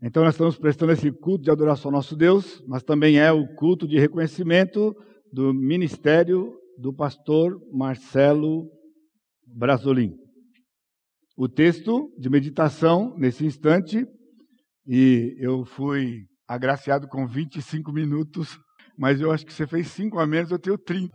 Então nós estamos prestando esse culto de adoração ao nosso Deus, mas também é o culto de reconhecimento do ministério do pastor Marcelo Brasolin. O texto de meditação nesse instante, e eu fui agraciado com 25 minutos, mas eu acho que você fez 5 a menos, eu tenho 30.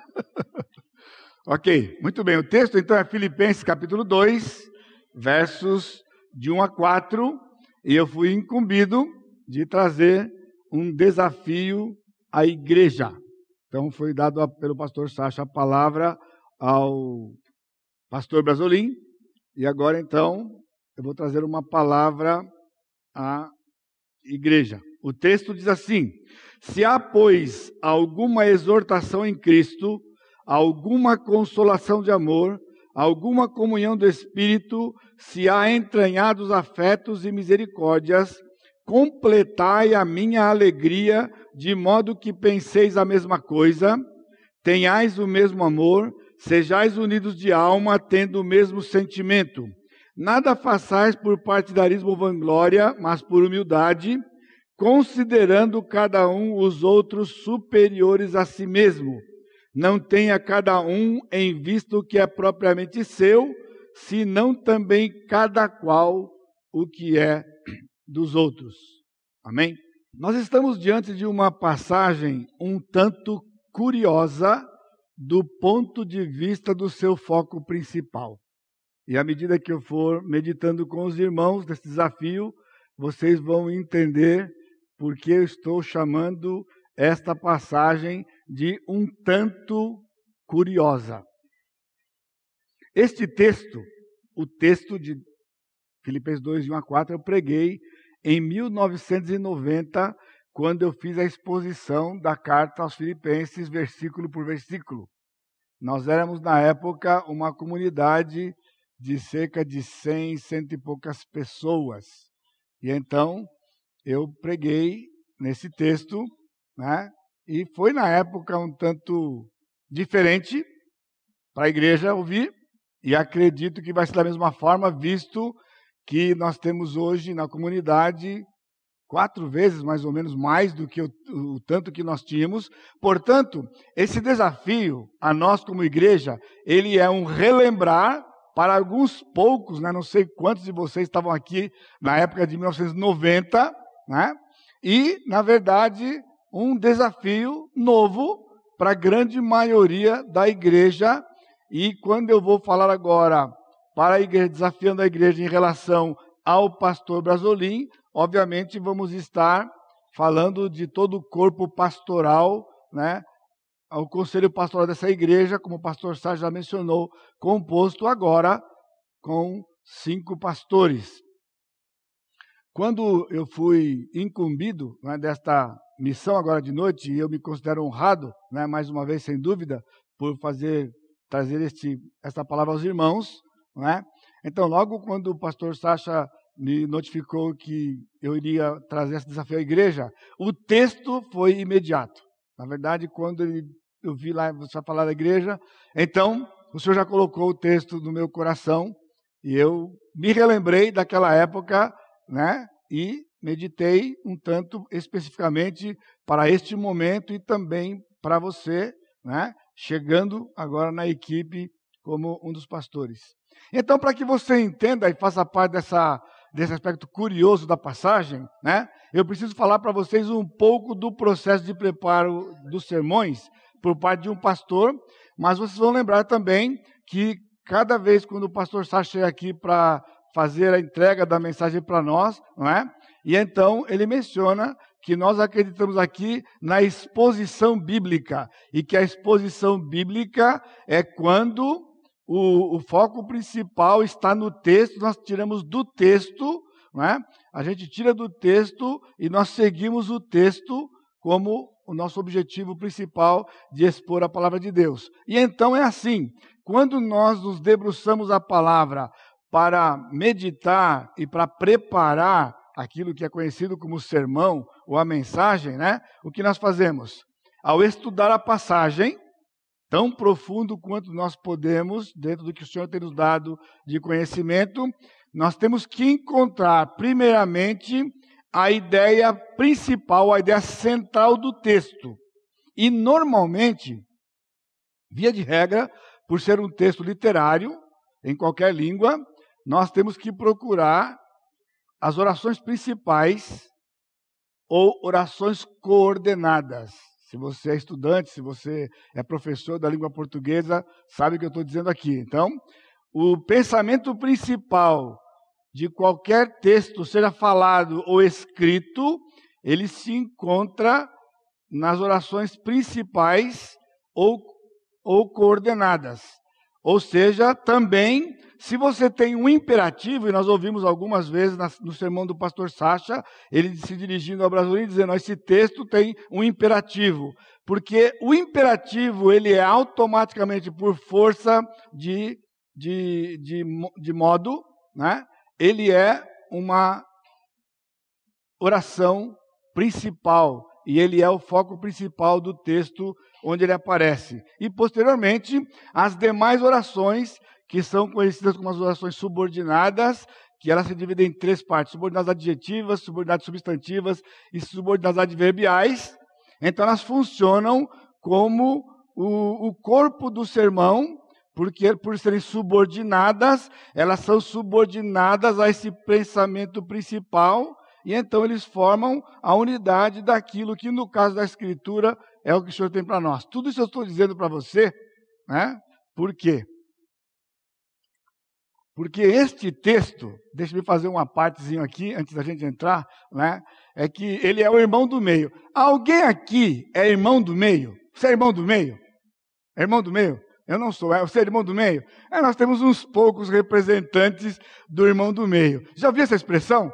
Ok, muito bem. O texto então é Filipenses capítulo 2, versos de 1 a 4, e eu fui incumbido de trazer um desafio à igreja. Então foi dado pelo pastor Sacha a palavra ao pastor Brasolin, e agora então eu vou trazer uma palavra à igreja. O texto diz assim: se há, pois, alguma exortação em Cristo, alguma consolação de amor, alguma comunhão do Espírito, se há entranhados afetos e misericórdias, completai a minha alegria, de modo que penseis a mesma coisa, tenhais o mesmo amor, sejais unidos de alma, tendo o mesmo sentimento. Nada façais por partidarismo ou vanglória, mas por humildade, considerando cada um os outros superiores a si mesmo. Não tenha cada um em vista o que é propriamente seu, senão também cada qual o que é dos outros. Amém? Nós estamos diante de uma passagem um tanto curiosa do ponto de vista do seu foco principal. E à medida que eu for meditando com os irmãos desse desafio, vocês vão entender por que eu estou chamando esta passagem de um tanto curiosa. Este texto, o texto de Filipenses 2, de 1 a 4, eu preguei em 1990, quando eu fiz a exposição da carta aos Filipenses, versículo por versículo. Nós éramos, na época, uma comunidade de cerca de 100 e poucas pessoas. E então, eu preguei nesse texto, né? E foi, na época, um tanto diferente para a igreja ouvir, e acredito que vai ser da mesma forma, visto que nós temos hoje na comunidade 4 vezes, mais ou menos, mais do que o tanto que nós tínhamos. Portanto, esse desafio a nós como igreja, ele é um relembrar para alguns poucos, né? Não sei quantos de vocês estavam aqui na época de 1990, né? E, na verdade, um desafio novo para a grande maioria da igreja. E quando eu vou falar agora para a igreja, desafiando a igreja em relação ao pastor Brasolin, obviamente vamos estar falando de todo o corpo pastoral, né? O conselho pastoral dessa igreja, como o pastor Sérgio já mencionou, composto agora com 5 pastores. Quando eu fui incumbido, né, desta missão agora de noite, e eu me considero honrado, né, mais uma vez, sem dúvida, por trazer esta palavra aos irmãos, né? Então, logo quando o pastor Sacha me notificou que eu iria trazer esse desafio à igreja, o texto foi imediato. Na verdade, quando eu vi lá você falar da igreja, então o senhor já colocou o texto no meu coração, e eu me relembrei daquela época, né? E meditei um tanto especificamente para este momento e também para você, né? Chegando agora na equipe como um dos pastores. Então, para que você entenda e faça parte desse aspecto curioso da passagem, né? Eu preciso falar para vocês um pouco do processo de preparo dos sermões por parte de um pastor, mas vocês vão lembrar também que cada vez quando o pastor Sá chega aqui para fazer a entrega da mensagem para nós, não é? E então ele menciona que nós acreditamos aqui na exposição bíblica, e que a exposição bíblica é quando o foco principal está no texto, nós tiramos do texto, não é? A gente tira do texto e nós seguimos o texto como o nosso objetivo principal de expor a palavra de Deus. E então é assim, quando nós nos debruçamos a palavra para meditar e para preparar aquilo que é conhecido como sermão ou a mensagem, né? O que nós fazemos? Ao estudar a passagem, tão profundo quanto nós podemos, dentro do que o Senhor tem nos dado de conhecimento, nós temos que encontrar, primeiramente, a ideia principal, a ideia central do texto. E normalmente, via de regra, por ser um texto literário, em qualquer língua, nós temos que procurar as orações principais ou orações coordenadas. Se você é estudante, se você é professor da língua portuguesa, sabe o que eu estou dizendo aqui. Então, o pensamento principal de qualquer texto, seja falado ou escrito, ele se encontra nas orações principais ou coordenadas. Ou seja, também, se você tem um imperativo, e nós ouvimos algumas vezes no sermão do pastor Sacha, ele se dirigindo ao Brasil dizendo, esse texto tem um imperativo, porque o imperativo ele é automaticamente por força de modo, né? Ele é uma oração principal, e ele é o foco principal do texto onde ele aparece. E, posteriormente, as demais orações, que são conhecidas como as orações subordinadas, que elas se dividem em 3 partes, subordinadas adjetivas, subordinadas substantivas e subordinadas adverbiais. Então, elas funcionam como o corpo do sermão, porque por serem subordinadas, elas são subordinadas a esse pensamento principal, e então eles formam a unidade daquilo que, no caso da Escritura, é o que o Senhor tem para nós. Tudo isso eu estou dizendo para você, né? Por quê? Porque este texto, deixa eu fazer uma partezinha aqui, antes da gente entrar, né? É que ele é o irmão do meio. Alguém aqui é irmão do meio? Você é irmão do meio? É irmão do meio? Eu não sou. Você é irmão do meio? Nós temos uns poucos representantes do irmão do meio. Já viu essa expressão?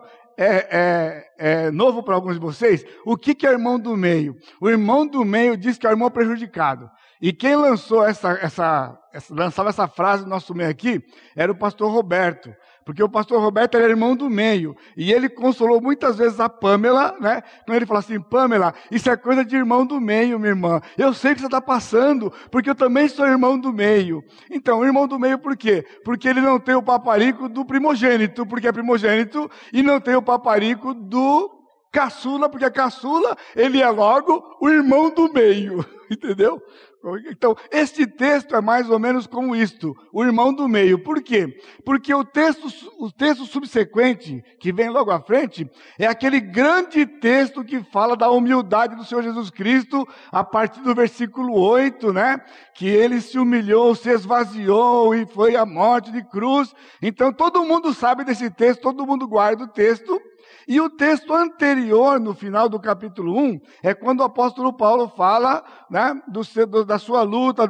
É novo para alguns de vocês? O que é irmão do meio? O irmão do meio diz que é o irmão prejudicado. E quem lançava essa frase no nosso meio aqui era o pastor Roberto. Porque o pastor Roberto era irmão do meio. E ele consolou muitas vezes a Pamela, né? Quando ele falou assim, Pamela, isso é coisa de irmão do meio, minha irmã. Eu sei que você está passando, porque eu também sou irmão do meio. Então, irmão do meio por quê? Porque ele não tem o paparico do primogênito, porque é primogênito, e não tem o paparico do caçula, porque é caçula, ele é logo o irmão do meio. Entendeu? Então, este texto é mais ou menos como isto, o irmão do meio. Por quê? Porque o texto subsequente, que vem logo à frente, é aquele grande texto que fala da humildade do Senhor Jesus Cristo, a partir do versículo 8, né? Que ele se humilhou, se esvaziou e foi à morte de cruz. Então, todo mundo sabe desse texto, todo mundo guarda o texto. E o texto anterior, no final do capítulo 1, é quando o apóstolo Paulo fala, né, da sua luta,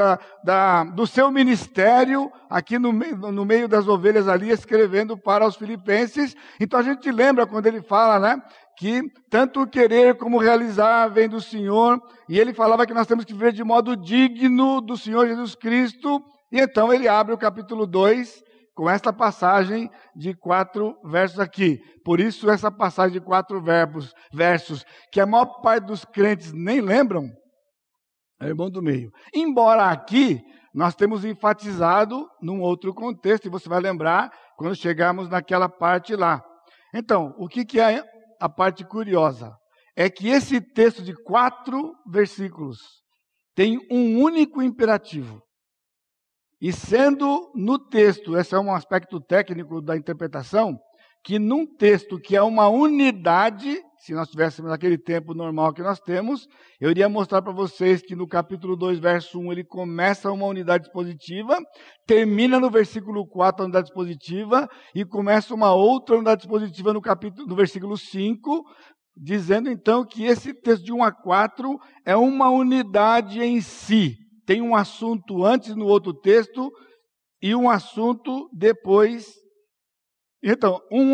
do seu ministério, aqui no meio das ovelhas ali, escrevendo para os filipenses. Então a gente lembra quando ele fala, né, que tanto o querer como o realizar vem do Senhor, e ele falava que nós temos que viver de modo digno do Senhor Jesus Cristo, e então ele abre o capítulo 2, com esta passagem de 4 versos aqui. Por isso, essa passagem de 4 versos, que a maior parte dos crentes nem lembram, é irmão do meio. Embora aqui, nós temos enfatizado num outro contexto, e você vai lembrar quando chegarmos naquela parte lá. Então, o que é a parte curiosa? É que esse texto de 4 versículos tem um único imperativo. E sendo no texto, esse é um aspecto técnico da interpretação, que num texto que é uma unidade, se nós tivéssemos naquele tempo normal que nós temos, eu iria mostrar para vocês que no capítulo 2, verso 1, ele começa uma unidade dispositiva, termina no versículo 4 a unidade dispositiva, e começa uma outra unidade dispositiva no versículo 5, dizendo então que esse texto de 1 a 4 é uma unidade em si. Tem um assunto antes no outro texto e um assunto depois. Então, um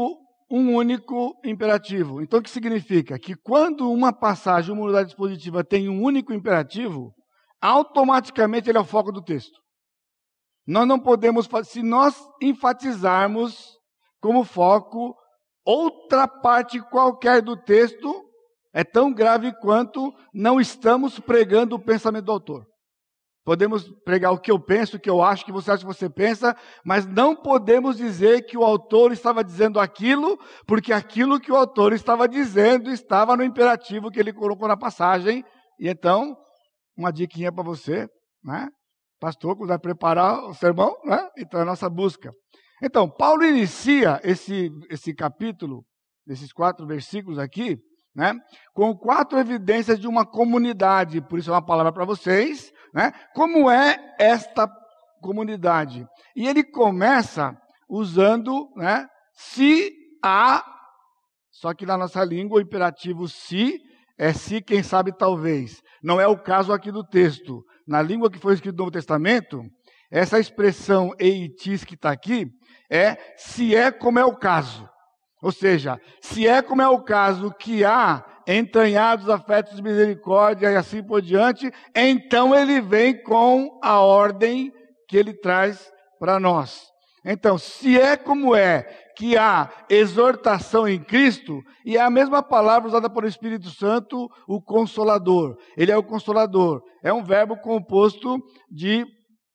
único imperativo. Então, o que significa? Que quando uma passagem, uma unidade dispositiva tem um único imperativo, automaticamente ele é o foco do texto. Nós não podemos, se nós enfatizarmos como foco outra parte qualquer do texto, é tão grave quanto não estamos pregando o pensamento do autor. podemos pregar o que eu penso, o que eu acho, o que você acha que você pensa, mas não podemos dizer que o autor estava dizendo aquilo, porque aquilo que o autor estava dizendo estava no imperativo que ele colocou na passagem. E então, uma diquinha para você, né? Pastor, quando vai preparar o sermão, né? Então é a nossa busca. Então, Paulo inicia esse capítulo, esses 4 versículos aqui, né, com 4 evidências de uma comunidade. Por isso é uma palavra para vocês, né? Como é esta comunidade? E ele começa usando, né, se há, só que na nossa língua o imperativo se é se, quem sabe, talvez. Não é o caso aqui do texto. Na língua que foi escrito no Novo Testamento, essa expressão eitis que está aqui é se é como é o caso. Ou seja, se é como é o caso que há entranhados afetos de misericórdia e assim por diante, então ele vem com a ordem que ele traz para nós. Então, se é como é que há exortação em Cristo, e é a mesma palavra usada pelo Espírito Santo, o Consolador. Ele é o Consolador. É um verbo composto de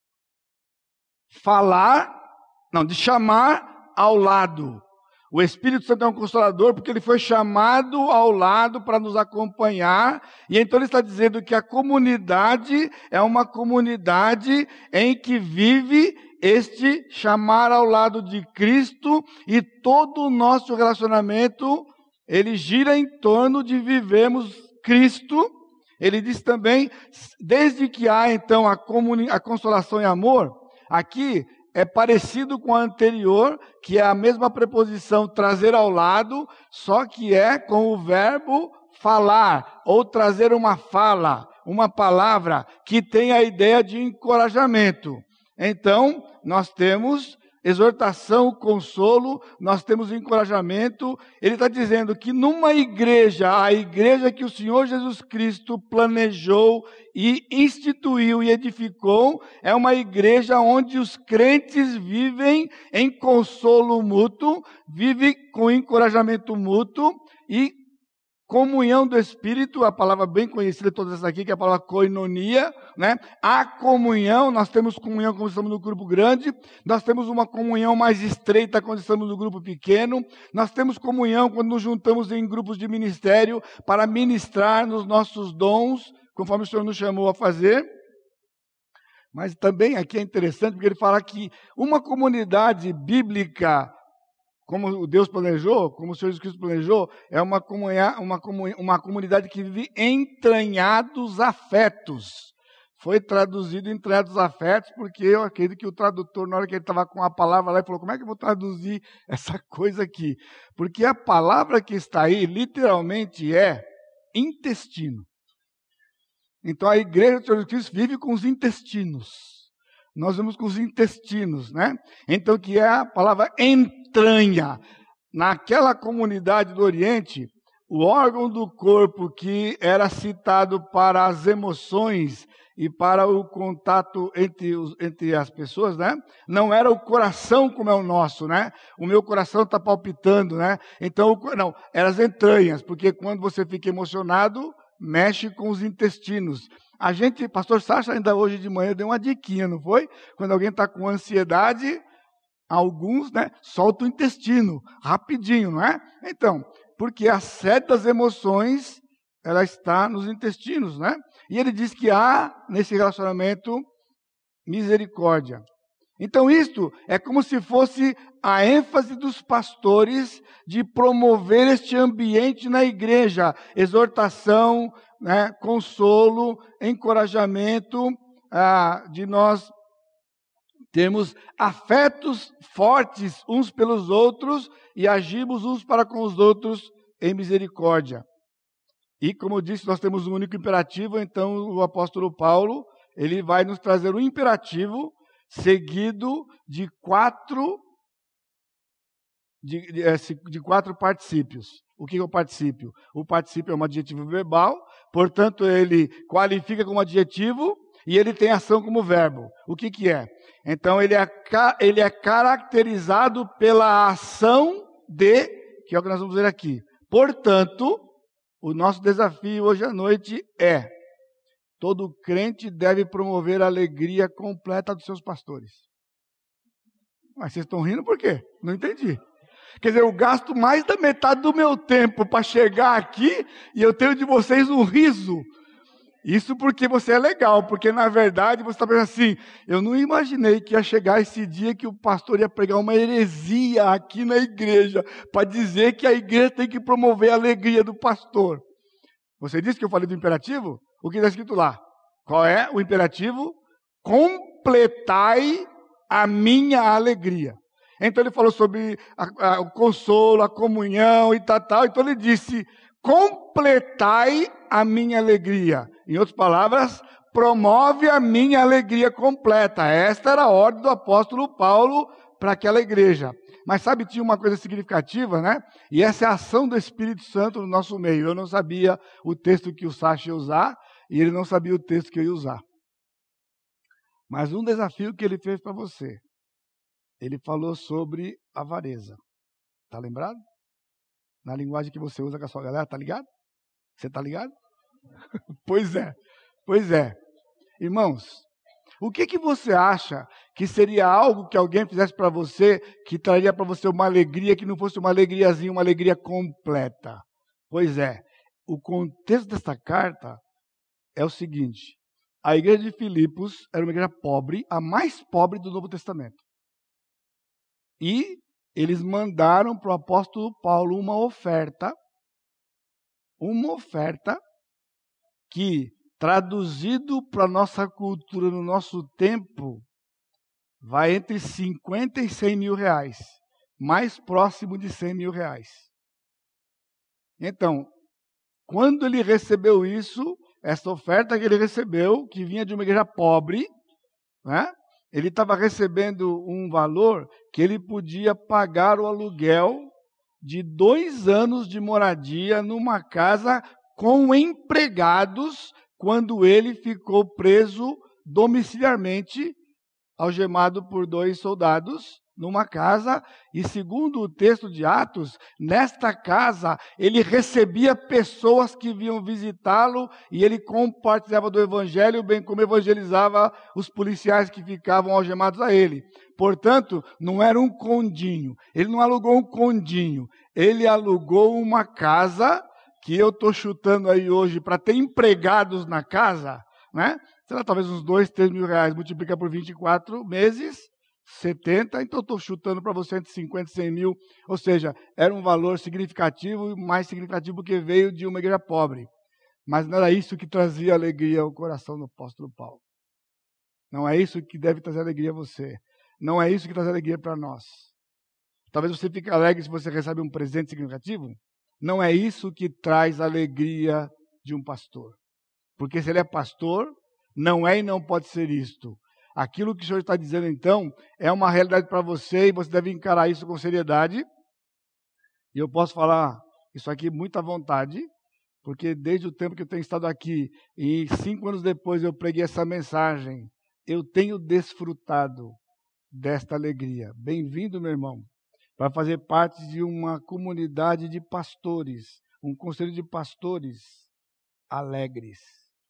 de chamar ao lado. O Espírito Santo é um Consolador porque ele foi chamado ao lado para nos acompanhar. E então ele está dizendo que a comunidade é uma comunidade em que vive este chamar ao lado de Cristo, e todo o nosso relacionamento, ele gira em torno de vivermos Cristo. Ele diz também, desde que há então a consolação e amor, aqui é parecido com a anterior, que é a mesma preposição trazer ao lado, só que é com o verbo falar, ou trazer uma fala, uma palavra que tem a ideia de encorajamento. Então, nós temos exortação, consolo, nós temos encorajamento. Ele está dizendo que numa igreja, a igreja que o Senhor Jesus Cristo planejou e instituiu e edificou, é uma igreja onde os crentes vivem em consolo mútuo, vivem com encorajamento mútuo e comunhão do Espírito, a palavra bem conhecida de todas essas aqui, que é a palavra koinonia, né? A comunhão, nós temos comunhão quando estamos no grupo grande, nós temos uma comunhão mais estreita quando estamos no grupo pequeno, nós temos comunhão quando nos juntamos em grupos de ministério para ministrar nos nossos dons, conforme o Senhor nos chamou a fazer. Mas também aqui é interessante, porque ele fala que uma comunidade bíblica, como Deus planejou, como o Senhor Jesus Cristo planejou, é uma comunidade que vive entranhados afetos. Foi traduzido entranhados afetos, porque eu acredito que o tradutor, na hora que ele estava com a palavra lá, ele falou, como é que eu vou traduzir essa coisa aqui? Porque a palavra que está aí, literalmente, é intestino. Então, a igreja do Senhor Jesus Cristo vive com os intestinos. Nós vemos com os intestinos, né? Então, que é a palavra entranha. Naquela comunidade do Oriente, o órgão do corpo que era citado para as emoções e para o contato entre as pessoas, né? Não era o coração como é o nosso, né? O meu coração está palpitando, né? Então, não, eram as entranhas, porque quando você fica emocionado, mexe com os intestinos. A gente, pastor Sacha, ainda hoje de manhã deu uma diquinha, não foi? Quando alguém está com ansiedade, alguns, né, soltam o intestino, rapidinho, não é? Então, porque a sede das emoções, ela está nos intestinos, né? E ele diz que há, nesse relacionamento, misericórdia. Então, isto é como se fosse a ênfase dos pastores de promover este ambiente na igreja, exortação, né, consolo, encorajamento, de nós termos afetos fortes uns pelos outros e agirmos uns para com os outros em misericórdia. E, como eu disse, nós temos um único imperativo, então o apóstolo Paulo, ele vai nos trazer um imperativo seguido de quatro particípios. O que é o particípio? O particípio é um adjetivo verbal, portanto ele qualifica como adjetivo e ele tem ação como verbo. O que é? Então ele é caracterizado pela ação de, que é o que nós vamos ver aqui. Portanto, o nosso desafio hoje à noite é todo crente deve promover a alegria completa dos seus pastores. Mas vocês estão rindo por quê? Não entendi. Quer dizer, eu gasto mais da metade do meu tempo para chegar aqui e eu tenho de vocês um riso. Isso porque você é legal, porque na verdade você está pensando assim, eu não imaginei que ia chegar esse dia que o pastor ia pregar uma heresia aqui na igreja, para dizer que a igreja tem que promover a alegria do pastor. Você disse que eu falei do imperativo? O que está escrito lá? Qual é o imperativo? Completai a minha alegria. Então ele falou sobre o consolo, a comunhão e tal. Então ele disse, completai a minha alegria. Em outras palavras, promove a minha alegria completa. Esta era a ordem do apóstolo Paulo para aquela igreja. Mas sabe, tinha uma coisa significativa, né? E essa é a ação do Espírito Santo no nosso meio. Eu não sabia o texto que o Sacha ia usar, e ele não sabia o texto que eu ia usar. Mas um desafio que ele fez para você. Ele falou sobre avareza. Está lembrado? Na linguagem que você usa com a sua galera, tá ligado? Você está ligado? Pois é. Irmãos, o que você acha que seria algo que alguém fizesse para você, que traria para você uma alegria, que não fosse uma alegriazinha, uma alegria completa? Pois é, o contexto desta carta é o seguinte, a igreja de Filipos era uma igreja pobre, a mais pobre do Novo Testamento. E eles mandaram para o apóstolo Paulo uma oferta que, traduzido para a nossa cultura, no nosso tempo, vai entre 50 e 100 mil reais, mais próximo de 100 mil reais. Então, quando ele recebeu isso, essa oferta que ele recebeu, que vinha de uma igreja pobre, né? Ele estava recebendo um valor que ele podia pagar o aluguel de 2 anos de moradia numa casa com empregados, quando ele ficou preso domiciliarmente, algemado por 2 soldados, numa casa, e segundo o texto de Atos, nesta casa ele recebia pessoas que vinham visitá-lo e ele compartilhava do evangelho, bem como evangelizava os policiais que ficavam algemados a ele. Portanto, não era um condinho, ele não alugou um condinho, ele alugou uma casa, que eu estou chutando aí hoje, para ter empregados na casa, né? Será talvez uns 2, 3 mil reais, multiplica por 24 meses, 70, então estou chutando para você entre 50 e 100 mil, ou seja, era um valor significativo, mais significativo porque veio de uma igreja pobre. Mas não era isso que trazia alegria ao coração do apóstolo Paulo. Não é isso que deve trazer alegria a você. Não é isso que traz alegria para nós. Talvez você fique alegre se você recebe um presente significativo. Não é isso que traz alegria de um pastor. Porque se ele é pastor, não é e não pode ser isto. Aquilo que o Senhor está dizendo, então, é uma realidade para você e você deve encarar isso com seriedade. E eu posso falar isso aqui muito à vontade, porque desde o tempo que eu tenho estado aqui, e 5 anos depois eu preguei essa mensagem, eu tenho desfrutado desta alegria. Bem-vindo, meu irmão, para fazer parte de uma comunidade de pastores, um conselho de pastores alegres.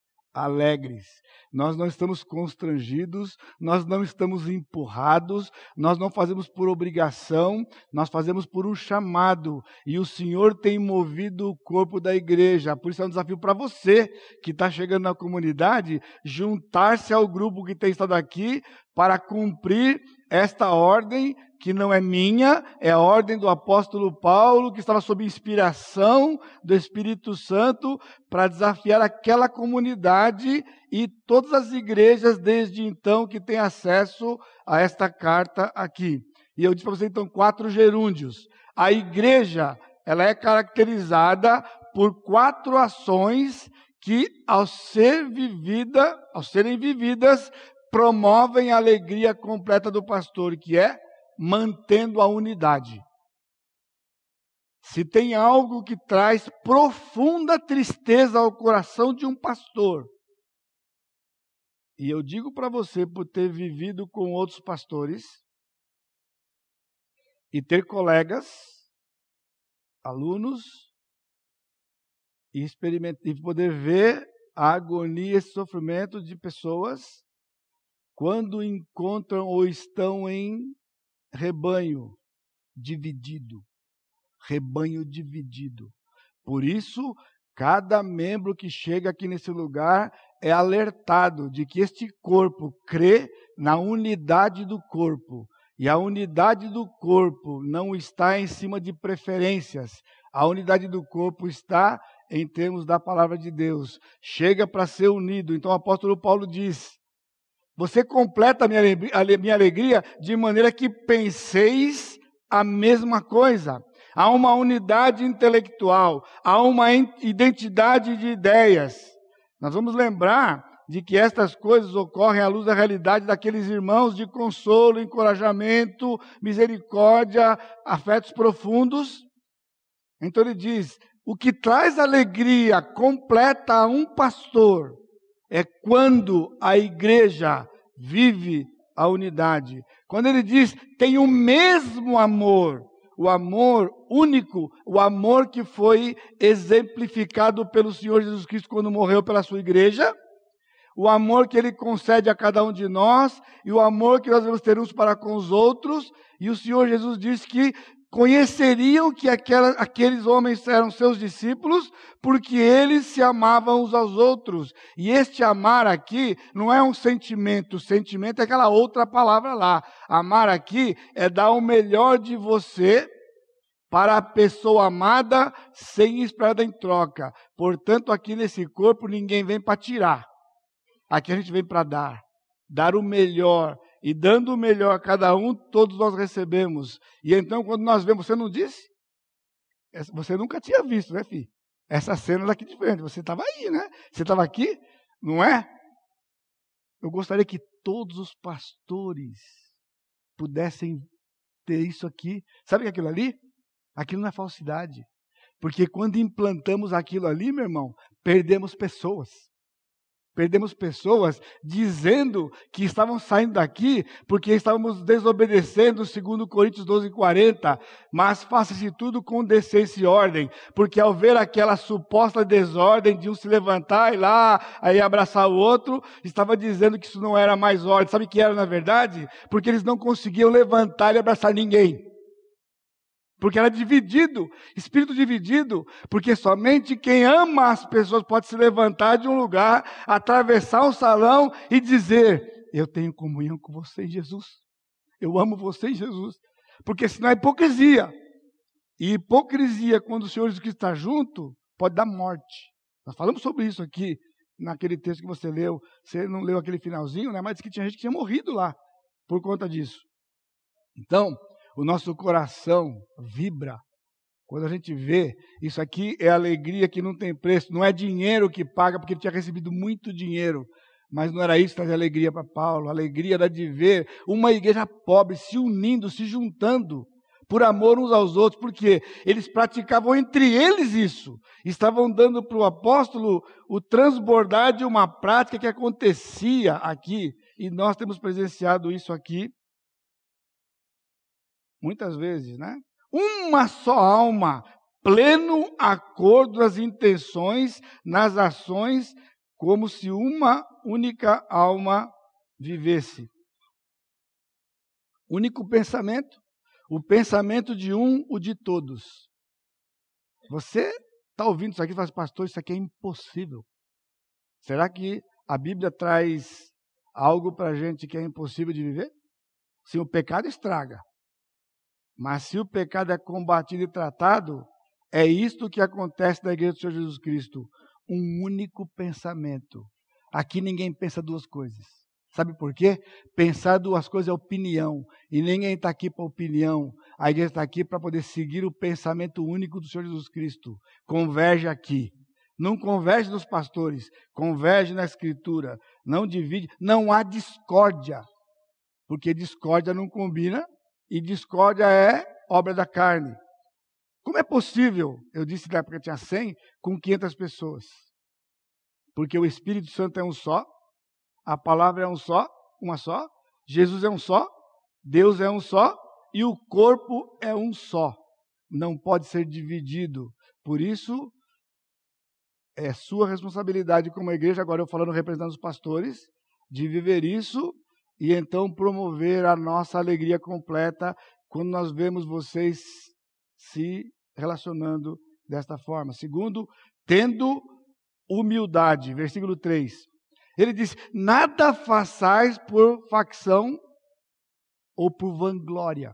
Nós não estamos constrangidos, nós não estamos empurrados, nós não fazemos por obrigação, nós fazemos por um chamado, e o Senhor tem movido o corpo da igreja. Por isso é um desafio para você que está chegando na comunidade, juntar-se ao grupo que tem estado aqui para cumprir esta ordem, que não é minha, é a ordem do apóstolo Paulo, que estava sob inspiração do Espírito Santo, para desafiar aquela comunidade e todas as igrejas desde então que têm acesso a esta carta aqui. E eu disse para você então 4 gerúndios. A igreja, ela é caracterizada por 4 ações que, ao serem vividas, promovem a alegria completa do pastor, que é mantendo a unidade. Se tem algo que traz profunda tristeza ao coração de um pastor, e eu digo para você por ter vivido com outros pastores, e ter colegas, alunos, e poder ver a agonia, esse sofrimento de pessoas quando encontram ou estão em rebanho dividido. Rebanho dividido. Por isso, cada membro que chega aqui nesse lugar é alertado de que este corpo crê na unidade do corpo. E a unidade do corpo não está em cima de preferências. A unidade do corpo está em termos da palavra de Deus. Chega para ser unido. Então o apóstolo Paulo diz: você completa a minha alegria de maneira que penseis a mesma coisa. Há uma unidade intelectual, há uma identidade de ideias. Nós vamos lembrar de que estas coisas ocorrem à luz da realidade daqueles irmãos de consolo, encorajamento, misericórdia, afetos profundos. Então ele diz, o que traz alegria completa a um pastor é quando a igreja vive a unidade. Quando ele diz, tem o mesmo amor, o amor único, o amor que foi exemplificado pelo Senhor Jesus Cristo quando morreu pela sua igreja, o amor que Ele concede a cada um de nós, e o amor que nós devemos ter uns para com os outros, e o Senhor Jesus disse que conheceriam que aqueles homens eram seus discípulos, porque eles se amavam uns aos outros. E este amar aqui não é um sentimento, o sentimento é aquela outra palavra lá. Amar aqui é dar o melhor de você para a pessoa amada, sem esperar em troca. Portanto, aqui nesse corpo ninguém vem para tirar. Aqui a gente vem para dar o melhor. E dando o melhor a cada um, todos nós recebemos. E então, quando nós vemos, você não disse? Você nunca tinha visto, né, filho? Essa cena daqui de frente. Você estava aí, né? Você estava aqui, não é? Eu gostaria que todos os pastores pudessem ter isso aqui. Sabe o que é aquilo ali? Aquilo não é falsidade. Porque quando implantamos aquilo ali, meu irmão, perdemos pessoas. Perdemos pessoas dizendo que estavam saindo daqui porque estávamos desobedecendo, segundo Coríntios 12:40. Mas faça-se tudo com decência e ordem, porque ao ver aquela suposta desordem de um se levantar e lá, aí abraçar o outro, estava dizendo que isso não era mais ordem. Sabe o que era na verdade? Porque eles não conseguiam levantar e abraçar ninguém. Porque era dividido, espírito dividido, porque somente quem ama as pessoas pode se levantar de um lugar, atravessar um salão e dizer, eu tenho comunhão com você em Jesus, eu amo você em Jesus, porque senão é hipocrisia, e hipocrisia quando o Senhor Jesus Cristo está junto, pode dar morte. Nós falamos sobre isso aqui, naquele texto que você leu, você não leu aquele finalzinho, né? Mas disse que tinha gente que tinha morrido lá, por conta disso. Então, o nosso coração vibra quando a gente vê. Isso aqui é alegria que não tem preço. Não é dinheiro que paga, porque ele tinha recebido muito dinheiro. Mas não era isso que trazia alegria para Paulo. A alegria era de ver uma igreja pobre se unindo, se juntando, por amor uns aos outros. Porque eles praticavam entre eles isso. Estavam dando para o apóstolo o transbordar de uma prática que acontecia aqui. E nós temos presenciado isso aqui muitas vezes, né? Uma só alma, pleno acordo nas intenções, nas ações, como se uma única alma vivesse. Único pensamento, o pensamento de um, o de todos. Você está ouvindo isso aqui e fala, pastor, isso aqui é impossível. Será que a Bíblia traz algo para a gente que é impossível de viver? Sim, o pecado estraga. Mas se o pecado é combatido e tratado, é isto que acontece na igreja do Senhor Jesus Cristo. Um único pensamento. Aqui ninguém pensa duas coisas. Sabe por quê? Pensar duas coisas é opinião. E ninguém está aqui para opinião. A igreja está aqui para poder seguir o pensamento único do Senhor Jesus Cristo. Converge aqui. Não converge nos pastores. Converge na Escritura. Não divide. Não há discórdia. Porque discórdia não combina. E discórdia é obra da carne. Como é possível, eu disse na época que tinha 100, com 500 pessoas? Porque o Espírito Santo é um só, a palavra é um só, uma só, Jesus é um só, Deus é um só, e o corpo é um só. Não pode ser dividido. Por isso, é sua responsabilidade como igreja, agora eu falando representando os pastores, de viver isso e então promover a nossa alegria completa quando nós vemos vocês se relacionando desta forma. Segundo, tendo humildade, versículo 3. Ele diz, nada façais por facção ou por vanglória.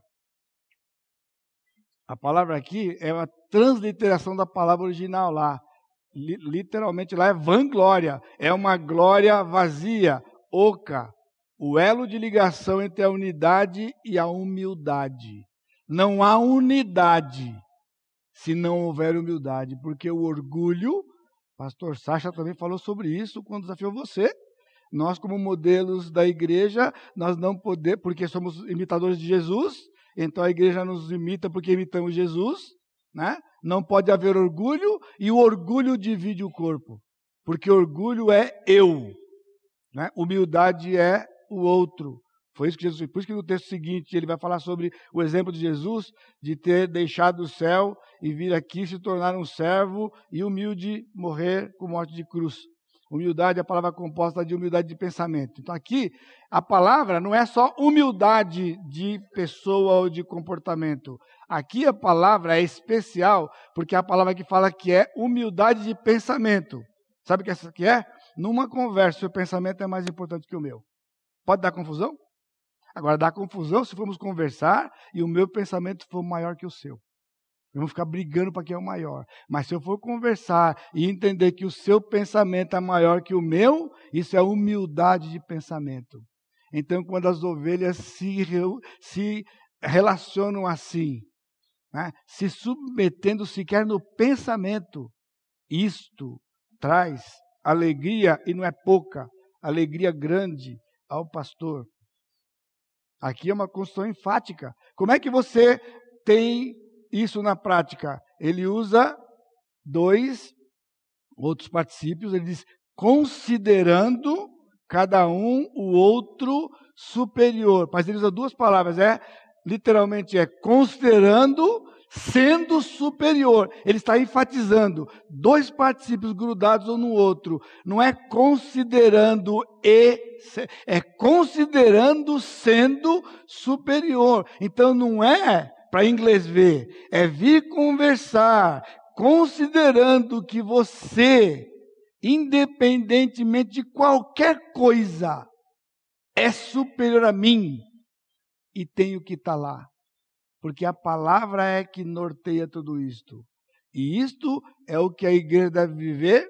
A palavra aqui é uma transliteração da palavra original lá. Literalmente lá é vanglória. É uma glória vazia, oca. O elo de ligação entre a unidade e a humildade. Não há unidade se não houver humildade, porque o orgulho, pastor Sacha também falou sobre isso quando desafiou você. Nós, como modelos da igreja, nós não podemos, porque somos imitadores de Jesus, então a igreja nos imita porque imitamos Jesus, né? Não pode haver orgulho, e o orgulho divide o corpo, porque orgulho é eu, né? Humildade é o outro. Foi isso que Jesus fez. Por isso que no texto seguinte ele vai falar sobre o exemplo de Jesus, de ter deixado o céu e vir aqui se tornar um servo e humilde, morrer com morte de cruz. Humildade é a palavra composta de humildade de pensamento. Então aqui, a palavra não é só humildade de pessoa ou de comportamento. Aqui a palavra é especial, porque é a palavra que fala que é humildade de pensamento. Sabe o que essa aqui é? Numa conversa, o seu pensamento é mais importante que o meu. Pode dar confusão? Agora, dá confusão se formos conversar e o meu pensamento for maior que o seu. Vamos ficar brigando para quem é o maior. Mas se eu for conversar e entender que o seu pensamento é maior que o meu, isso é humildade de pensamento. Então, quando as ovelhas se relacionam assim, né, se submetendo sequer no pensamento, isto traz alegria, e não é pouca, alegria grande ao pastor. Aqui é uma construção enfática. Como é que você tem isso na prática? Ele usa 2 outros particípios. Ele diz, considerando cada um o outro superior. Mas ele usa 2 palavras. Literalmente é considerando sendo superior. Ele está enfatizando 2 particípios grudados um no outro. Não é considerando é considerando sendo superior. Então não é para inglês ver, é vir conversar, considerando que você, independentemente de qualquer coisa, é superior a mim e tenho que estar lá. Porque a palavra é que norteia tudo isto. E isto é o que a igreja deve viver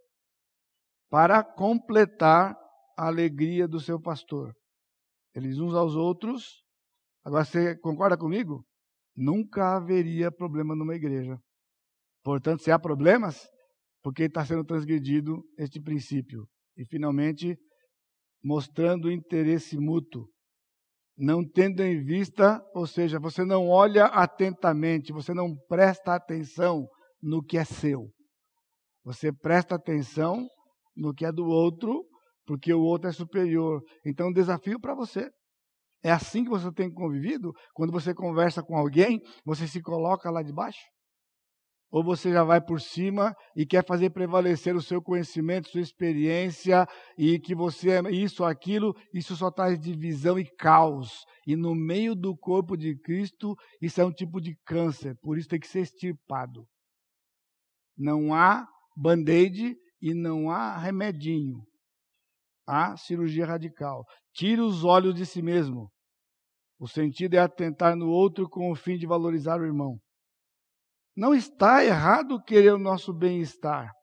para completar a alegria do seu pastor. Eles uns aos outros. Agora, você concorda comigo? Nunca haveria problema numa igreja. Portanto, se há problemas, porque está sendo transgredido este princípio. E, finalmente, mostrando o interesse mútuo. Não tendo em vista, ou seja, você não olha atentamente, você não presta atenção no que é seu. Você presta atenção no que é do outro, porque o outro é superior. Então, um desafio para você. É assim que você tem convivido? Quando você conversa com alguém, você se coloca lá de baixo? Ou você já vai por cima e quer fazer prevalecer o seu conhecimento, sua experiência, e que você é isso, aquilo, isso só traz divisão e caos. E no meio do corpo de Cristo, isso é um tipo de câncer, por isso tem que ser extirpado. Não há band-aid e não há remedinho. Há cirurgia radical. Tire os olhos de si mesmo. O sentido é atentar no outro com o fim de valorizar o irmão. Não está errado querer o nosso bem-estar.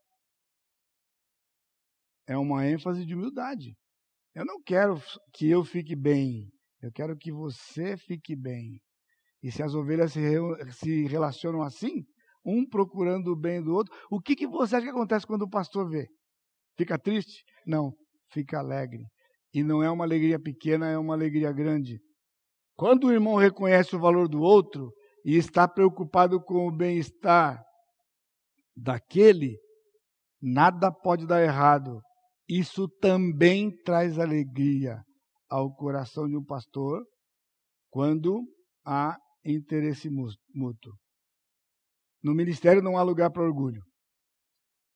É uma ênfase de humildade. Eu não quero que eu fique bem. Eu quero que você fique bem. E se as ovelhas se relacionam assim, um procurando o bem do outro, o que você acha que acontece quando o pastor vê? Fica triste? Não, fica alegre. E não é uma alegria pequena, é uma alegria grande. Quando o irmão reconhece o valor do outro e está preocupado com o bem-estar daquele, nada pode dar errado. Isso também traz alegria ao coração de um pastor quando há interesse mútuo. No ministério não há lugar para orgulho.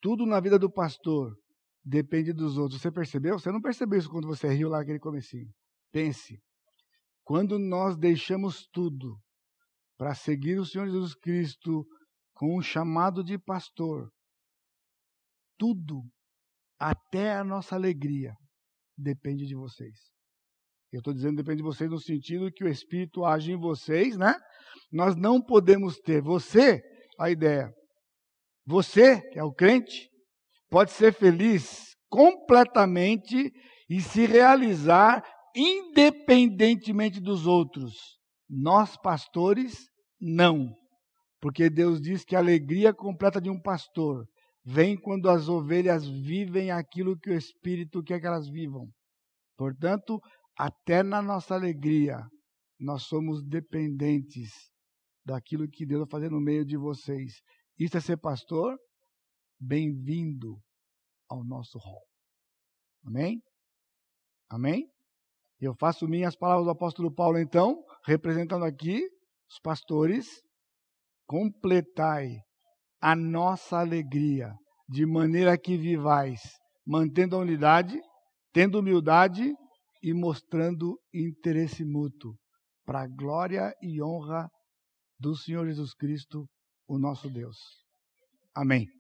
tudo na vida do pastor depende dos outros. Você percebeu? Você não percebeu isso quando você riu lá naquele comecinho. Pense, quando nós deixamos tudo para seguir o Senhor Jesus Cristo com um chamado de pastor, tudo, até a nossa alegria, depende de vocês. Eu estou dizendo depende de vocês no sentido que o Espírito age em vocês, né? Nós não podemos ter. Você, a ideia, você, que é o crente, pode ser feliz completamente e se realizar independentemente dos outros. Nós, pastores, não. Porque Deus diz que a alegria completa de um pastor vem quando as ovelhas vivem aquilo que o Espírito quer que elas vivam. Portanto, até na nossa alegria, nós somos dependentes daquilo que Deus vai fazer no meio de vocês. Isso é ser pastor? Bem-vindo ao nosso rol. Amém? Amém? Eu faço minhas palavras do apóstolo Paulo, então, representando aqui os pastores, completai a nossa alegria, de maneira que vivais, mantendo a unidade, tendo humildade e mostrando interesse mútuo, para a glória e honra do Senhor Jesus Cristo, o nosso Deus. Amém.